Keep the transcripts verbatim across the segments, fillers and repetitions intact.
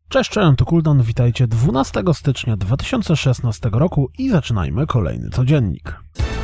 Cześć, cześć, to Kuldan, witajcie dwunastego stycznia dwa tysiące szesnastego roku i zaczynajmy kolejny codziennik.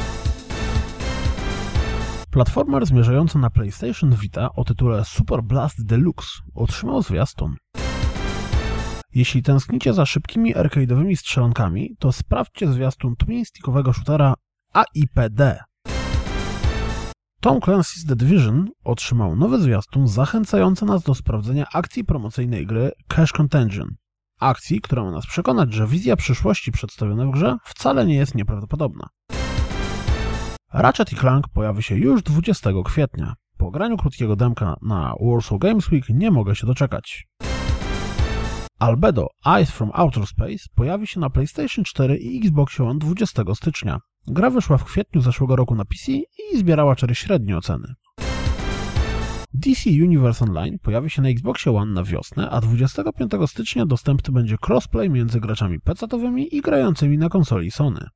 Platformer zmierzający na PlayStation Vita o tytule Super Blast Deluxe otrzymał zwiastun. Jeśli tęsknicie za szybkimi arcade'owymi strzelankami, to sprawdźcie zwiastun twin-stickowego shootera A I P D. Tom Clancy's The Division otrzymał nowy zwiastun zachęcający nas do sprawdzenia akcji promocyjnej gry Cash Contagion. Akcji, która ma nas przekonać, że wizja przyszłości przedstawiona w grze wcale nie jest nieprawdopodobna. Ratchet i Clank pojawi się już dwudziestego kwietnia. Po graniu krótkiego demka na Warsaw Games Week nie mogę się doczekać. Albedo Eyes from Outer Space pojawi się na PlayStation cztery i Xbox One dwudziestego stycznia. Gra wyszła w kwietniu zeszłego roku na P C i zbierała cztery średnie oceny. D C Universe Online pojawi się na Xbox One na wiosnę, a dwudziestego piątego stycznia dostępny będzie crossplay między graczami pecetowymi i grającymi na konsoli Sony.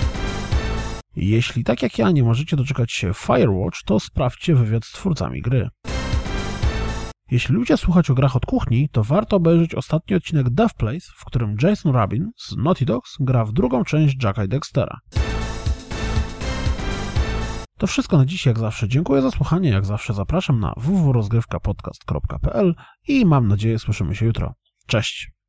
Jeśli tak jak ja nie możecie doczekać się Firewatch, to sprawdźcie wywiad z twórcami gry. Jeśli lubicie słuchać o grach od kuchni, to warto obejrzeć ostatni odcinek Death Place, w którym Jason Rabin z Naughty Dogs gra w drugą część Jacka i Dextera. To wszystko na dziś, jak zawsze. Dziękuję za słuchanie, jak zawsze zapraszam na w w w kropka rozgrywka podcast kropka p l i mam nadzieję słyszymy się jutro. Cześć!